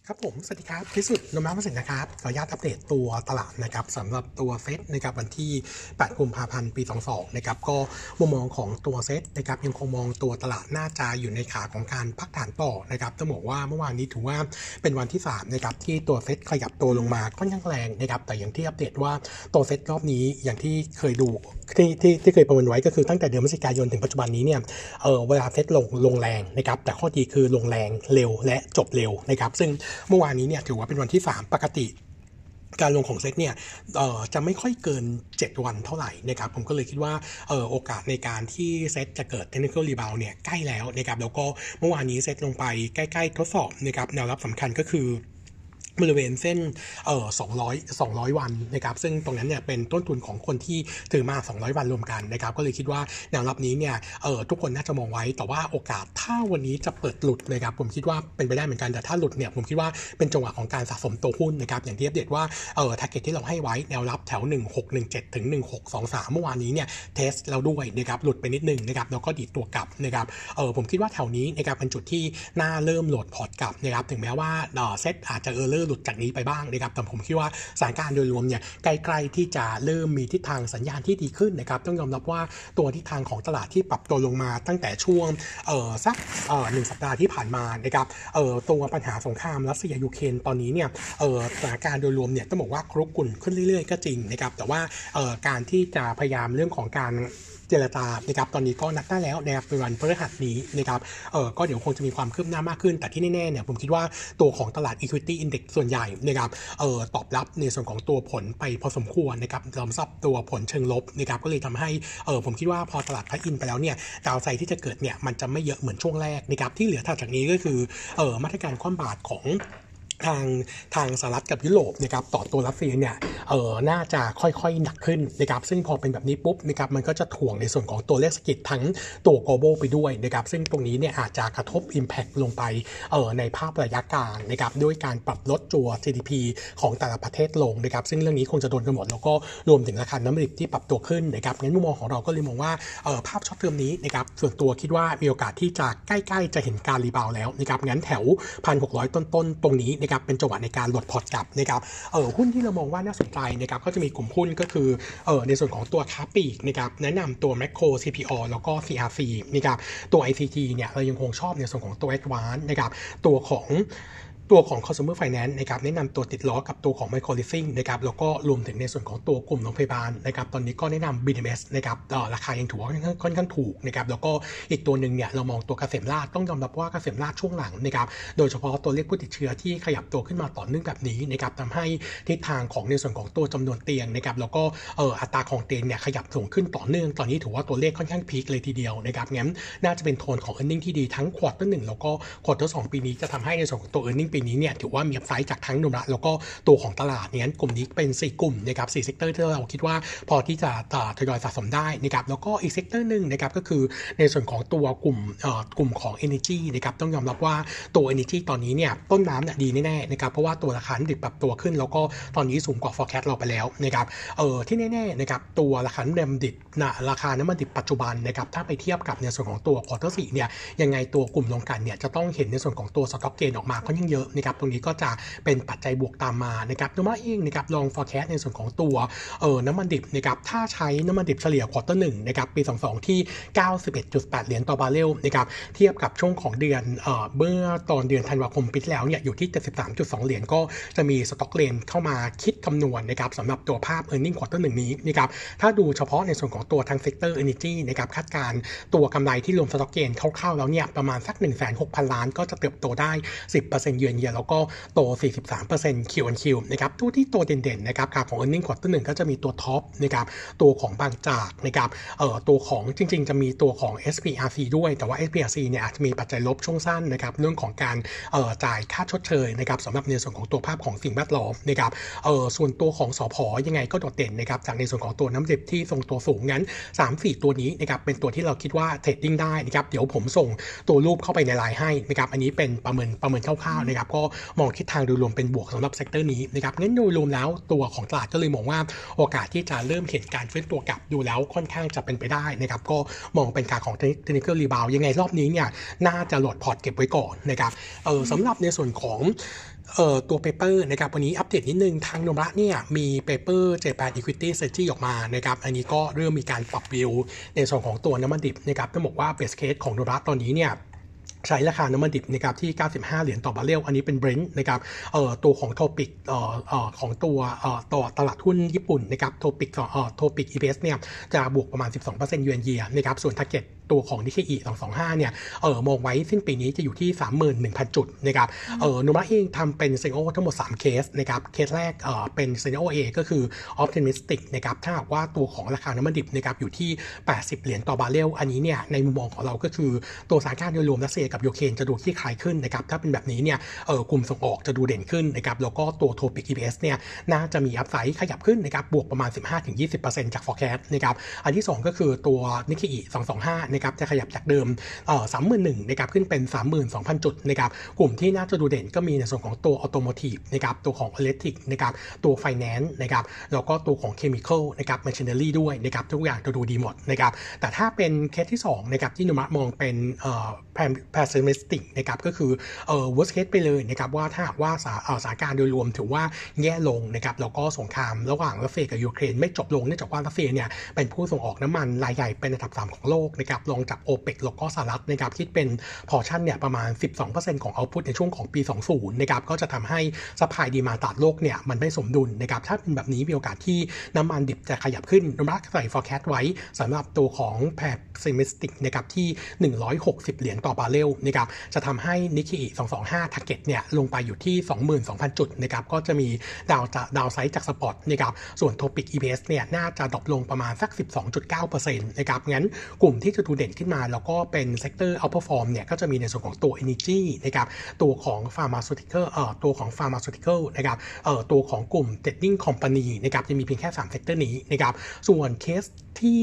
ครับผมสวัสดีครับพิสุทธิ์นมน้ำประสิทธิ์นะครับขออนุญาตอัปเดตตัวตลาดนะครับสำหรับตัวเซตนะครับวันที่8กุมภาพันธ์ปี22นะครับก็มุมมองของตัวเซตนะครับยังคงมองตัวตลาดน่าจะอยู่ในขาของการพักฐานต่อนะครับต้องบอกว่าเมื่อวานนี้ถือว่าเป็นวันที่3นะครับที่ตัวเซตขยับตัวลงมาค่อนข้างแรงนะครับแต่อย่างที่อัปเดตว่าตัวเซตรอบนี้อย่างที่เคยดูที่เคยประเมินไว้ก็คือตั้งแต่เดือนพฤศจิกายนถึงปัจจุบันนี้เนี่ยเวลาเซตลงแรงนะครับแต่ข้อดีคือลงแรงเร็วและจบเร็วนะครับซึ่งเมื่อวานนี้เนี่ยถือว่าเป็นวันที่3ปกติการลงของเซตเนี่ยจะไม่ค่อยเกิน7วันเท่าไหร่นะครับผมก็เลยคิดว่าโอกาสในการที่เซตจะเกิด technical rebound เนี่ยใกล้แล้วนะครับแล้วก็เมื่อวานนี้เซตลงไปใกล้ๆทดสอบนะครับแนวรับสำคัญก็คือบริเวณเส้น200วันนะครับซึ่งตรงนั้นเนี่ยเป็นต้นทุนของคนที่ถือมา200วันรวมกันนะครับก็เลยคิดว่าแนวรับนี้เนี่ยทุกคนน่าจะมองไว้แต่ว่าโอกาสถ้าวันนี้จะเปิดหลุดนะครับผมคิดว่าเป็นไปได้เหมือนกันแต่ถ้าหลุดเนี่ยผมคิดว่าเป็นจังหวะของการสะสมตัวหุ้นนะครับอย่างที่อัปเดตว่าtarget ที่เราให้ไว้แนวรับแถว1617ถึง1623เมื่อวานนี้เนี่ยเทสเราด้วยนะครับหลุดไปนิดนึงนะครับแล้วก็ดีดตัวกลับนะครับผมคิดว่าแถวนี้นะครับเป็นจุดที่น่าเริ่มโหลดพอร์ตกลับนะครับถึงแม้ว่าเซตอาจจะหลุดจากนี้ไปบ้างนะครับแต่ผมคิดว่าสถานการณ์โดยรวมเนี่ยใกล้ๆที่จะเริ่มมีทิศทางสัญญาณที่ดีขึ้นนะครับต้องยอมรับว่าตัวทิศทางของตลาดที่ปรับตัวลงมาตั้งแต่ช่วงสัก1 สัปดาห์ที่ผ่านมานะครับตัวปัญหาสงครามรัสเซียยูเครนตอนนี้เนี่ยสถานการณ์โดยรวมเนี่ยต้องบอกว่าครุกรุ่นขึ้นเรื่อยๆก็จริงนะครับแต่ว่าการที่จะพยายามเรื่องของการเจรจานะครับตอนนี้ก็นัดได้แล้วนะครับเป็นวันพฤหัสนี้นะครับก็เดี๋ยวคงจะมีความคืบหน้ามากขึ้นแต่ที่แน่ๆเนี่ยผมคิดว่าตัวของตลาด Equity Index ส่วนใหญ่นะครับตอบรับในส่วนของตัวผลไปพอสมควรนะครับสำหรับตัวผลเชิงลบนะครับก็เลยทำให้ผมคิดว่าพอตลาดพักอินไปแล้วเนี่ยดาวไซด์ที่จะเกิดเนี่ยมันจะไม่เยอะเหมือนช่วงแรกนะครับที่เหลือถัดจากนี้ก็คือมาตรการคว่ำบาตรของทางสหรัฐกับยุโรปนะครับต่อตัวรัสเซียเนี่ยน่าจะค่อยๆหนักขึ้นนะครับซึ่งพอเป็นแบบนี้ปุ๊บนะครับมันก็จะถ่วงในส่วนของตัวเลขเศรษฐกิจทั้งตัว global ไปด้วยนะครับซึ่งตรงนี้เนี่ยอาจจะกระทบ impact ลงไปในภาพระยะกลางนะครับด้วยการปรับลดตัว GDP ของแต่ละประเทศลงนะครับซึ่งเรื่องนี้คงจะโดนกันหมดแล้วก็รวมถึงราคาน้ำมันดิบที่ปรับตัวขึ้นนะครับงั้นมุมมองของเราก็เลยมองว่าภาพช็อตเทอมนี้นะครับส่วนตัวคิดว่ามีโอกาสที่จะใกล้ๆจะเห็นการรีบาวแล้วนะครับงั้นแถว 1,600 ต้นๆตรงนี้นะครับเป็นจังหวะในการหลดพอร์ตกลับนะครับหุ้นที่เรามองว่าน่าสนใจนะครับก็จะมีกลุ่มหุ้นก็คือในส่วนของตัวค้าปลีกนะครับแนะนำตัว Macro CPO แล้วก็ CRC นะครับตัว ICT เนี่ยเรายังคงชอบในส่วนของตัว Advance นะครับตัวของ Consumer Finance นะครับแนะนำตัวติดล้อกับตัวของ Micro Leasing นะครับแล้วก็รวมถึงในส่วนของตัวกลุ่มโรงพยาบาลนะครับตอนนี้ก็แนะนำ BDMs นะครับราคายังถือว่าค่อนข้างถูกนะครับแล้วก็อีกตัวหนึ่งเนี่ยเรามองตัวเกษมราษฎร์ต้องยอมรับว่าเกษมราษฎร์ช่วงหลังนะครับโดยเฉพาะตัวเลขผู้ติดเชื้อที่ขยับตัวขึ้นมาต่อเนื่องแบบนี้นะครับทำให้ทิศทางของในส่วนของตัวจำนวนเตียงนะครับแล้วก็อัตราของเตียงเนี่ยขยับสูงขึ้นต่อเนื่องตอนนี้ถือว่าตัวเลขค่อนข้างพีคเลยทีเดียวนะครับงั้นน่าจะเป็นโทนของ earning ที่ดีทั้ง Quarter 1แล้วก็ Quarter 2ปีนี้จะทำให้ในส่วนของตัว earning ปีนี้เนี่ยถือว่ามีอัพไซด์จากทั้งนุระแล้วก็ตัวของตลาดงั้นกลุ่มนี้เป็น4กลุ่มนะครับ4เซกเตอร์ที่เราคิดว่าพอที่จะทยอยสะสมได้นะครับแล้วก็อีกเซกเตอร์นึงนะครับก็คือในส่วนของตัวกลุ่มของ energy นะครับต้องยอมรับว่าตัว energy ตอนนี้เนี่ยต้นน้ำเนี่ยดีแน่ๆนะครับเพราะว่าตัวราคาน้ำมันดิบปรับตัวขึ้นแล้วก็ตอนนี้สูงกว่า forecast เราไปแล้วนะครับที่แน่ๆนะครับตัวราคาน้ำมันดิบราคาน้ำมันดิบปัจจุบันนะครับถ้าไปเทียบกับในส่วนของตัว quarter 4เนี่ยยังไงตัวกลุ่มโรงกลั่นเนี่ยจะต้องเห็นในส่วนของตัว stock gain ออกมาค่อนข้างเยอะนะครับตรงนี้ก็จะเป็นปัจจัยบวกตามมานะครับโดยเองนะครับลอง forecast ในส่วนของตัวน้ำมันดิบนะครับถ้าใช้น้ำมันดิบเฉลี่ย quarter 1นะครับปี22ที่ 91.8 เหรียญต่อบาร์เรลนะครับเทียบกับช่วงของเดือนเมื่อตอนเดือนธันวาคมปีที่แล้วเนี่ยอยู่ที่ 73.2 เหรียญก็จะมีสต็อกเลนเข้ามาคิดคำนวณนะครับสำหรับตัวภาพ earning quarter 1นี้นะครับถ้าดูเฉพาะในส่วนของตัวทางเซกเตอร์ energy นะครับคาดการตัวกำไรที่รวมสต็อกเกนคร่าวๆแล้วเนี่ยประมาณสัก 160,000 ล้านก็จะเติบโตได้ 10% เยือนเยียแล้วก็โต 43% Q-on-Q นะครับตัวที่ตัวเด่นๆนะครับของ earning quarter 1ก็จะมีตัวท็อปนะครับตัวของบางจากนะครับตัวของจริงๆจะมีตัวของ SPRC ด้วยแต่ว่า SPRC เนี่ยอาจจะมีปัจจัยลบช่วงสั้นนะครับเรื่องของการจ่ายค่าชดเชยนะครับสำหรับในส่วนของตัวภาพของสิ่งแวดล้อมนะครับส่วนตัวของสผ.ยังไงก็โดดเด่นนะครับจากในส่วนของตัวน้ำดิบที่ทรงตัวสูงงั้น 3-4 ตัวนี้นะครับเป็นตัวที่เราคิดว่าเทรดดิ้งได้นะครับเดี๋ยวผมส่งตัวรูปเข้าไปในไลน์ให้นะครับอันนี้เป็นประเมินคร่าวๆนะครับนะครับก็มองทิศทางโดยรวมเป็นบวกสำหรับเซกเตอร์นี้นะครับงั้นโดยรวมแล้วตัวของตลาดก็เลยมองว่าโอกาสที่จะเริ่มเห็นการฟื้นตัวกลับดูแล้วค่อนข้างจะเป็นไปได้นะครับก็มองเป็นขาของ technical rebound ยังไงรอบนี้เนี่ยน่าจะโหลดพอร์ตเก็บไว้ก่อนนะครับสำหรับในส่วนของตัวเปเปอร์นะครับวันนี้อัปเดตนิดนึงทางโนมระเนี่ยมีเปเปอร์ Japan Equity Strategy ออกมานะครับอันนี้ก็เริ่มมีการปรับวิวในส่วนของตัวน้ำมันดิบนะครับต้องบอกว่าเบสเคสของโนมระตอนนี้เนี่ยใช้ราคาน้ำมันดิบนะครับที่$95ต่อบาร์เรลอันนี้เป็น Brent นะครับตัวของโทปิกของตัวตลาดหุ้นญี่ปุ่นนะครับโทปิก EPS เนี่ยจะบวกประมาณ 12% year-on-year นะครับส่วน target ตัวของ Nikkei 225เนี่ยมองไว้สิ้นปีนี้จะอยู่ที่ 31,000 จุดนะครับโนมระเองทำเป็นซีนาริโอทั้งหมด3เคสนะครับเคสแรกเป็นซีนาริโอ A ก็คือ optimistic นะครับถ้าหากว่าตัวของราคาน้ำมันดิบนะครับอยู่ที่$80ต่อบาร์เรลอันนี้เนี่ยในมุมมองของเราก็คือตัวสถานการณ์โดยรวมรัสเซียกับยูเครนจะดูคลี่คลายขึ้นนะครับถ้าเป็นแบบนี้เนี่ยกลุ่มส่งออกจะดูเด่นขึ้นนะครับแล้วก็ตัว Topic EPS เนี่ยน่าจะมีอัพไซด์ขยับขึ้นนะครับบวกประมาณ 15-20% จาก forecast นะครับอันที่2ก็คือตัว Nikkei 225นะครับจะขยับจากเดิม31,000นะครับขึ้นเป็น 32,000 จุดนะครับกลุ่มที่น่าจะดูเด่นก็มีในส่วนของตัว Automotive นะครับตัวของ Electric นะครับตัว Finance นะครับแล้วก็ตัวของ Chemical นะครับ Machinery ด้วยนะครับทุกอย่างจะดูดีหมดนะครับแต่ถ้าเป็นเคสที่2นะครับที่นุมะมองเป็นpessimistic นะครับก็คือworst case ไปเลยนะครับว่าถ้าหากว่าสถานการณ์โดยรวมถือว่าแย่ลงนะครับแล้วก็สงครามระหว่างรัสเซียกับยูเครนไม่จบลงเนื่องจากว่ารัสเซียเนี่ยเป็นผู้ส่งออกน้ำมันรายใหญ่เป็นอันดับ3ของโลกนะครับรองจาก OPEC แล้วก็สหรัฐนะครับคิดเป็นพอร์ชั่นเนี่ยประมาณ 12% ของ output ในช่วงของปี 20นะครับก็จะทำให้ supply demand ตลาดโลกเนี่ยมันไม่สมดุลนะครับถ้าเป็นแบบนี้มีโอกาสที่น้ำมันดิบจะขยับขึ้นนุมะใส่ forecast ไว้สำหรับตัวของ pessimistic นะครับที่$160ต่อบาร์เรลนะครับจะทำให้ Nikkei 225 target เนี่ยลงไปอยู่ที่ 22,000 จุดนะครับก็จะมีดาวไซด์จากสปอตนะครับส่วน Topic EPS เนี่ยน่าจะดรอปลงประมาณสัก 12.9% นะครับงั้นกลุ่มที่จะดูเด่นขึ้นมาแล้วก็เป็นเซกเตอร์ outperform เนี่ยก็จะมีในส่วนของตัว Energy นะครับตัวของ Pharmaceutical นะครับตัวของกลุ่ม Trading Company นะครับจะมีเพียงแค่3เซกเตอร์นี้นะครับส่วนเคสที่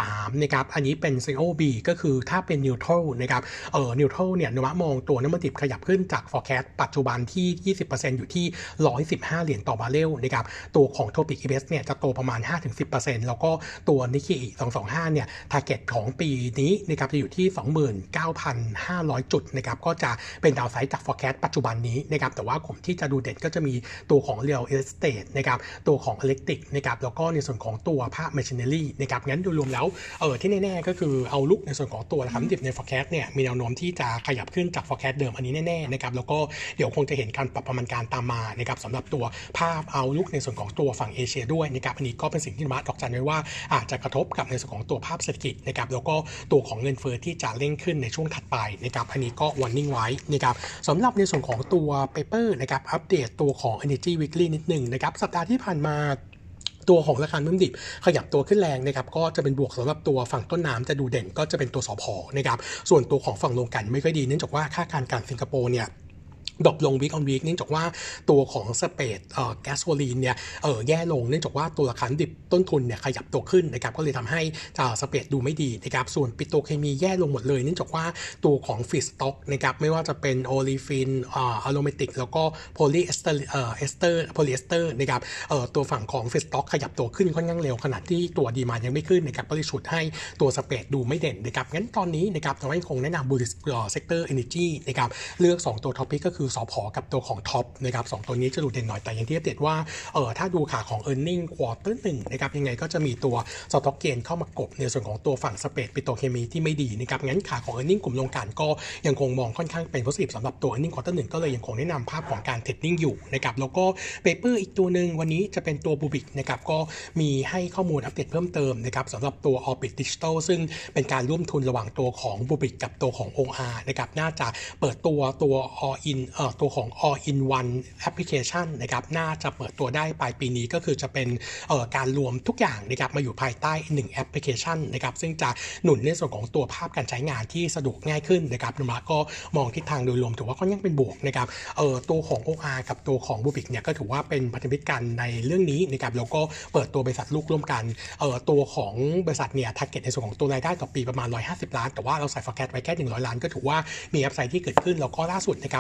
3นะครับอันนี้เป็น Scenario B ก็คือถ้าเป็น neutral นะครับneutral เนี่ยนุมะมองตัวน้ำมันดิบขยับขึ้นจาก forecast ปัจจุบันที่ 20% อยู่ที่$115ต่อบาร์เรลนะครับตัวของ Topic EPS เนี่ยจะโตประมาณ 5-10% แล้วก็ตัว Nikkei 225เนี่ย target ของปีนี้นะครับจะอยู่ที่ 29,500 จุดนะครับก็จะเป็นดาวไซด์จาก forecast ปัจจุบันนี้นะครับแต่ว่ากลุ่มที่จะดูเด่นก็จะมีตัวของ Real Estate นะครับตัวของ Electric นะครับแล้วก็ในส่วนของตัวภาค Machinery นะครับงั้นโดยรวมแล้วที่แน่ๆก็คือเอาลุกในส่วนของตัวราคาน้ำมันดิบใน forecast เนี่ยมีแนวโน้มที่จะขยับขึ้นจาก forecast เดิมอันนี้แน่ๆนะครับแล้วก็เดี๋ยวคงจะเห็นการปรับประมาณการตามมานะครับสำหรับตัวภาพเอาลุกในส่วนของตัวฝั่งเอเชียด้วยนะครับอันนี้ก็เป็นสิ่งที่นุมะดอกจันไว้ว่าอาจจะกระทบกับในส่วนของตัวภาพเศรษฐกิจนะครับแล้วก็ตัวของเงินเฟ้อที่จะเร่งขึ้นในช่วงถัดไปนะครับอันนี้ก็ warning ไว้นะครับสำหรับในส่วนของตัว paper นะครับอัปเดตตัวของ Energy Weekly นิดนึงนะครับสัปดาห์ที่ผ่านมาตัวของราคาน้ำมันดิบขยับตัวขึ้นแรงนะครับก็จะเป็นบวกสำหรับตัวฝั่งต้นน้ำจะดูเด่นก็จะเป็นตัวสผ.นะครับส่วนตัวของฝั่งโรงกลั่นไม่ค่อยดีเนื่องจากว่าค่าการกลั่นสิงคโปร์เนี่ยดรอปลง week on week เนื่องจากว่าตัวของสเปซแก๊สโซลีนเนี่ยแย่ลงเนื่องจากว่าตัวราคาดิบต้นทุนเนี่ยขยับตัวขึ้นนะครับก็เลยทำให้สเปซดูไม่ดีนะครับส่วนปิโตรเคมีแย่ลงหมดเลยเนื่องจากว่าตัวของฟีดสต็อกนะครับไม่ว่าจะเป็นโอลีฟินอะโรมาติกแล้วก็โพลีเอสเตอร์นะครับตัวฝั่งของฟีดสต็อกขยับตัวขึ้นค่อนข้างเร็วขณะที่ตัวดีมานด์ยังไม่ขึ้นนะครับก็เลยฉุดให้ตัวสเปซดูไม่เด่นนะครับงั้นตอนนี้นะครับทำให้คงแนะนำบูลลิชเซกเตอร์เอเนจีนะครับเลือก2ตัวท็อปิกก็คือสผ.กับตัวของท็อปนะครับ2ตัวนี้จะดูเด่นหน่อยแต่อย่างที่อัปเดตว่าถ้าดูขาของ earning quarter 1นะครับยังไงก็จะมีตัวสต็อกเกนเข้ามากบในส่วนของตัวฝั่งสเปซปิโตรเคมีที่ไม่ดีนะครับงั้นขาของ earning กลุ่มโรงกลั่นก็ยังคงมองค่อนข้างเป็น positive สำหรับตัว earning quarter 1ก็เลยยังคงแนะนำภาพของการเทรดดิ้งอยู่นะครับแล้วก็เปเปอร์อีกตัวนึงวันนี้จะเป็นตัวบูบิกนะครับก็มีให้ข้อมูลอัปเดตเพิ่มเติมนะครับสำหรับตัว Orbit Digital ซึ่งเป็นการร่วมทุนระหว่างตัวของบูบิกกับตัวของ OR นะครับน่าจะเปิดตัว all in ตัวของ all in one application นะครับน่าจะเปิดตัวได้ปลายปีนี้ก็คือจะเป็นการรวมทุกอย่างนะครับมาอยู่ภายใต้1แอปพลิเคชันนะครับซึ่งจะหนุนในส่วนของตัวภาพการใช้งานที่สะดวกง่ายขึ้นนะครับนุมะก็มองทิศทางโดยรวมถือว่าค่อนข้างเป็นบวกนะครับตัวของ OR กับตัวของบูบิกเนี่ยก็ถือว่าเป็นพันธมิตรกันในเรื่องนี้นะครับแล้วก็เปิดตัวบริษัทลูกร่วมกันตัวของบริษัทเนี่ย target ในส่วนของตัวรายได้ต่อปีประมาณ150ล้านแต่ว่าเราใส่ forecast ไว้แค่100ล้านก็ถือว่ามีอัพไซด์ที่เกิดขึ้นแล้วก็ล่าสุดนะครับตัว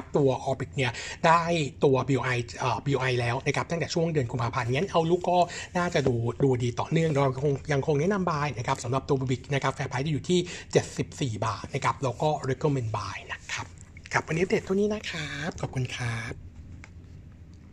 Orbit เนี่ยได้ตัว BOI แล้วนะครับตั้งแต่ช่วงเดือนกุมภาพันธ์งั้นเอาลุกก็น่าจะดูดีต่อเนื่องเรายังคงแนะนำ buy นะครับสำหรับตัว Bibic นะครับแฟร์ไพรซ์อยู่ที่74 บาทนะครับแล้วก็ recommend buy นะครับครับวันนี้อัปเดตเท่านี้นะครับขอบคุณครับ